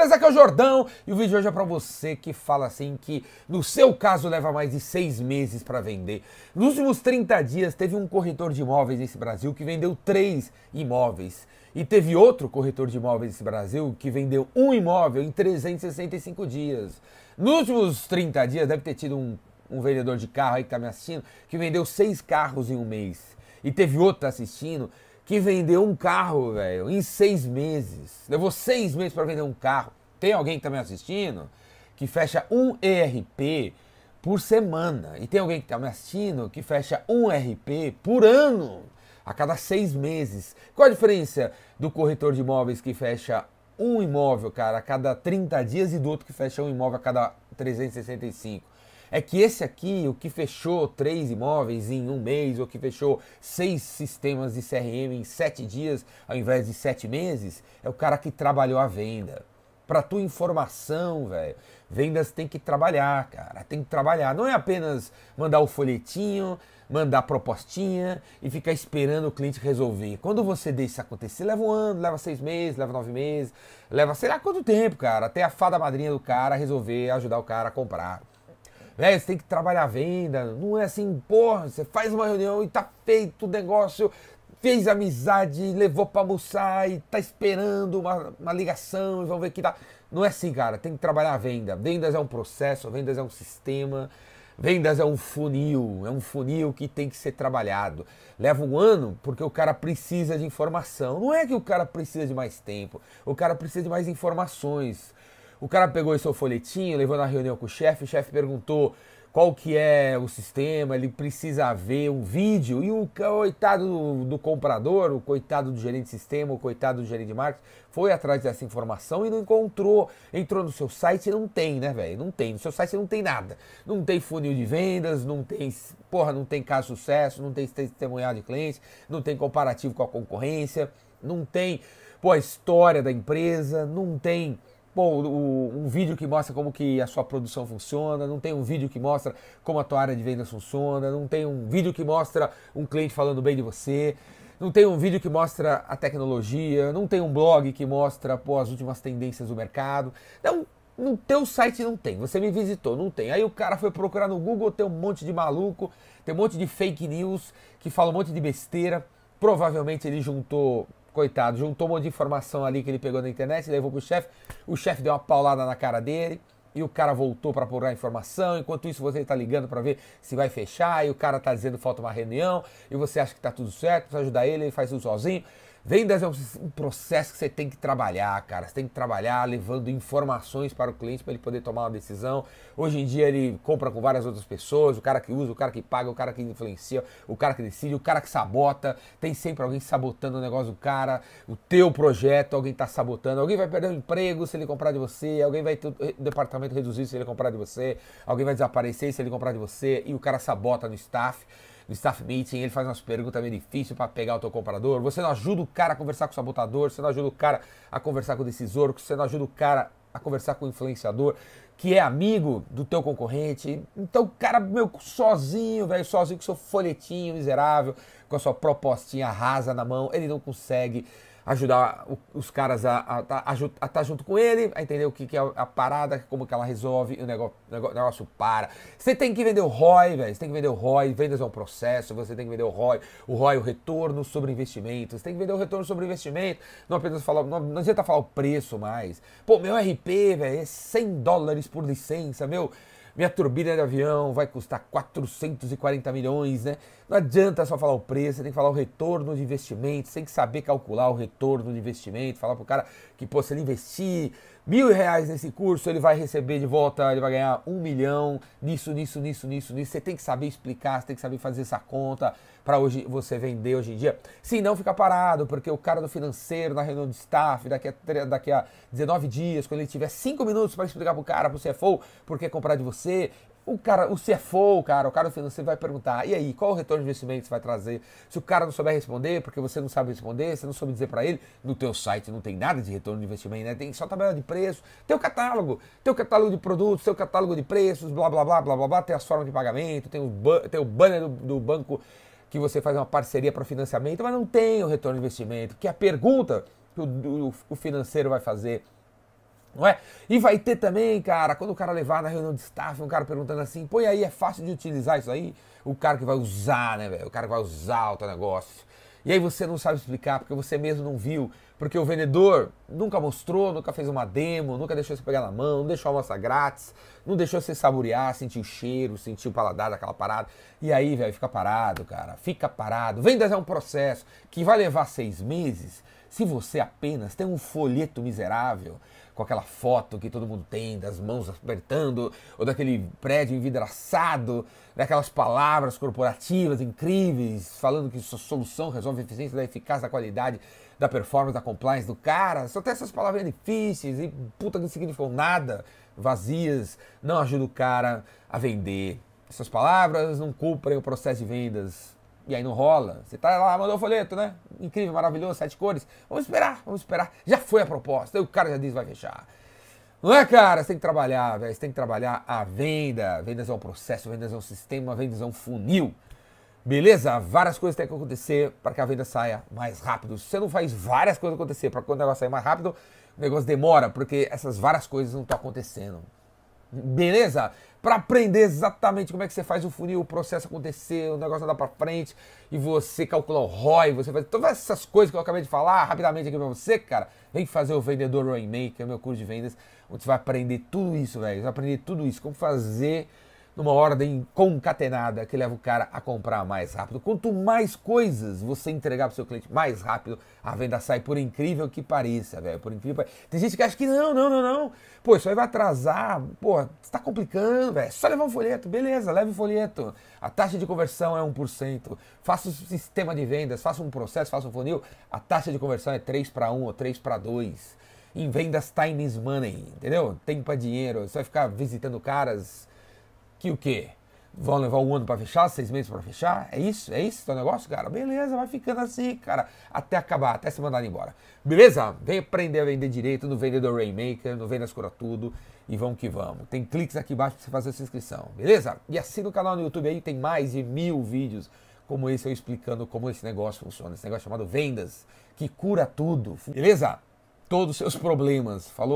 buenas, aqui é o Jordão e o vídeo de hoje é pra você que fala assim que no seu caso leva mais de 6 meses pra vender. Nos últimos 30 dias teve um corretor de imóveis nesse Brasil que vendeu 3 imóveis. E teve outro corretor de imóveis nesse Brasil que vendeu um imóvel em 365 dias. Nos últimos 30 dias deve ter tido um vendedor de carro aí que tá me assistindo que vendeu 6 carros em um mês. E teve outro assistindo que vendeu um carro, velho, em 6 meses. Levou 6 meses para vender um carro. Tem alguém que tá me assistindo que fecha um ERP por semana. E tem alguém que tá me assistindo que fecha um ERP por ano, a cada 6 meses. Qual a diferença do corretor de imóveis que fecha um imóvel, cara, a cada 30 dias e do outro que fecha um imóvel a cada 365? É que esse aqui, o que fechou 3 imóveis em um mês, ou que fechou 6 sistemas de CRM em 7 dias, ao invés de 7 meses, é o cara que trabalhou a venda. Pra tua informação, velho, vendas tem que trabalhar, cara, tem que trabalhar. Não é apenas mandar o folhetinho, mandar a propostinha e ficar esperando o cliente resolver. Quando você deixa isso acontecer, leva um ano, leva 6 meses, leva 9 meses, leva sei lá quanto tempo, cara, até a fada madrinha do cara resolver ajudar o cara a comprar. Velho, você tem que trabalhar a venda, não é assim, porra, você faz uma reunião e tá feito o negócio, fez amizade, levou pra almoçar e tá esperando uma ligação e vão ver que tá... Não é assim, cara, tem que trabalhar a venda. Vendas é um processo, vendas é um sistema, vendas é um funil que tem que ser trabalhado. Leva um ano porque o cara precisa de informação. Não é que o cara precisa de mais tempo, o cara precisa de mais informações. O cara pegou esse seu folhetinho, levou na reunião com o chefe perguntou qual que é o sistema, ele precisa ver um vídeo, e o coitado do comprador, o coitado do gerente de sistema, o coitado do gerente de marketing, foi atrás dessa informação e não encontrou. Entrou no seu site e não tem, né, velho? Não tem. No seu site não tem nada. Não tem funil de vendas, não tem, não tem caso de sucesso, não tem testemunhal de cliente, não tem comparativo com a concorrência, não tem, a história da empresa, não tem... um vídeo que mostra como que a sua produção funciona, não tem um vídeo que mostra como a tua área de vendas funciona, não tem um vídeo que mostra um cliente falando bem de você, não tem um vídeo que mostra a tecnologia, não tem um blog que mostra as últimas tendências do mercado. Então, no teu site não tem, você me visitou, não tem. Aí o cara foi procurar no Google, tem um monte de maluco, tem um monte de fake news que fala um monte de besteira. Provavelmente ele juntou... Coitado, juntou um monte de informação ali que ele pegou na internet, levou pro chefe, o chefe deu uma paulada na cara dele e o cara voltou para apurar a informação. Enquanto isso você tá ligando para ver se vai fechar e o cara tá dizendo que falta uma reunião e você acha que tá tudo certo, precisa ajudar ele faz tudo sozinho. Vendas é um processo que você tem que trabalhar, cara. Você tem que trabalhar levando informações para o cliente para ele poder tomar uma decisão. Hoje em dia ele compra com várias outras pessoas, o cara que usa, o cara que paga, o cara que influencia, o cara que decide, o cara que sabota. Tem sempre alguém sabotando o negócio do cara, o teu projeto, alguém está sabotando. Alguém vai perder o emprego se ele comprar de você, alguém vai ter o departamento reduzido se ele comprar de você, alguém vai desaparecer se ele comprar de você e o cara sabota no staff. No staff meeting, ele faz umas perguntas meio difíceis para pegar o teu comprador. Você não ajuda o cara a conversar com o sabotador, você não ajuda o cara a conversar com o decisor, você não ajuda o cara a conversar com o influenciador, que é amigo do teu concorrente. Então o cara, sozinho, velho, sozinho com seu folhetinho miserável, com a sua propostinha rasa na mão, ele não consegue ajudar os caras a estar junto com ele, a entender o que é a parada, como que ela resolve, e o negócio para. Você tem que vender o ROI, velho, você tem que vender o ROI, vendas é um processo, você tem que vender o ROI, o retorno sobre investimento, você tem que vender o retorno sobre investimento, não apenas falar, não adianta falar o preço mais. Meu RP, velho, é $100 por licença, minha turbina de avião vai custar 440 milhões, né? Não adianta só falar o preço, você tem que falar o retorno de investimento, você tem que saber calcular o retorno de investimento, falar pro cara que, se ele investir R$1.000 nesse curso, ele vai receber de volta, ele vai ganhar 1 milhão, nisso. Você tem que saber explicar, você tem que saber fazer essa conta para hoje você vender hoje em dia. Se não, fica parado, porque o cara do financeiro, na reunião de staff, daqui a 19 dias, quando ele tiver 5 minutos para explicar pro cara, pro CFO, por que comprar de você, o CFO, o cara do financeiro vai perguntar, e aí, qual o retorno de investimento você vai trazer? Se o cara não souber responder, porque você não sabe responder, você não soube dizer para ele, no teu site não tem nada de retorno de investimento, né? Tem só tabela de preço, tem o catálogo de produtos, tem o catálogo de preços, blá, blá, blá, blá, blá, blá, tem as formas de pagamento, tem o banner do banco que você faz uma parceria para financiamento, mas não tem o retorno de investimento, que é a pergunta que o financeiro vai fazer não é? E vai ter também, cara, quando o cara levar na reunião de staff, um cara perguntando assim, pô, e aí, é fácil de utilizar isso aí? O cara que vai usar, né, velho? O cara que vai usar o teu negócio. E aí você não sabe explicar, porque você mesmo não viu, porque o vendedor nunca mostrou, nunca fez uma demo, nunca deixou você pegar na mão, não deixou a amostra grátis, não deixou você saborear, sentir o cheiro, sentir o paladar daquela parada. E aí, velho, fica parado, cara, fica parado. Vendas é um processo que vai levar 6 meses, se você apenas tem um folheto miserável, com aquela foto que todo mundo tem, das mãos apertando, ou daquele prédio envidraçado, daquelas palavras corporativas incríveis, falando que sua solução resolve a eficiência da eficácia, da qualidade, da performance, da compliance do cara. Só tem essas palavras difíceis e puta que não significam nada, vazias, não ajuda o cara a vender. Essas palavras não cumprem o processo de vendas. E aí não rola. Você tá lá, mandou o folheto, né? Incrível, maravilhoso, 7 cores. Vamos esperar, vamos esperar. Já foi a proposta. Aí o cara já diz vai fechar. Não é, cara? Você tem que trabalhar, velho. Você tem que trabalhar a venda. Vendas é um processo, vendas é um sistema, vendas é um funil. Beleza? Várias coisas têm que acontecer para que a venda saia mais rápido. Se você não faz várias coisas acontecer para que o negócio saia mais rápido, o negócio demora, porque essas várias coisas não estão acontecendo. Beleza? Para aprender exatamente como é que você faz o funil, o processo acontecer, o negócio andar para frente e você calcular o ROI, você faz todas essas coisas que eu acabei de falar rapidamente aqui para você, cara, vem fazer o Vendedor Rainmaker, meu curso de vendas, onde você vai aprender tudo isso, velho. Você vai aprender tudo isso, como fazer numa ordem concatenada que leva o cara a comprar mais rápido. Quanto mais coisas você entregar para o seu cliente mais rápido, a venda sai, por incrível que pareça, velho. Por incrível que pareça. Tem gente que acha que não. Pô, isso aí vai atrasar. Pô, você está complicando, velho. É só levar um folheto. Beleza, leve o folheto. A taxa de conversão é 1%. Faça um sistema de vendas, faça um processo, faça um funil. A taxa de conversão é 3:1 ou 3:2. Em vendas, time is money, entendeu? Tempo é dinheiro. Você vai ficar visitando caras que o quê? Vão levar um ano para fechar, 6 meses para fechar? É isso? É isso o teu negócio, cara? Beleza, vai ficando assim, cara, até acabar, até se mandar embora. Beleza? Vem aprender a vender direito no Vendedor Rainmaker, no Vendas Cura Tudo e vamos que vamos. Tem cliques aqui embaixo para você fazer a sua inscrição, beleza? E assina o canal no YouTube aí, tem mais de 1000 vídeos como esse eu explicando como esse negócio funciona. Esse negócio chamado Vendas, que cura tudo, beleza? Todos os seus problemas. Falou?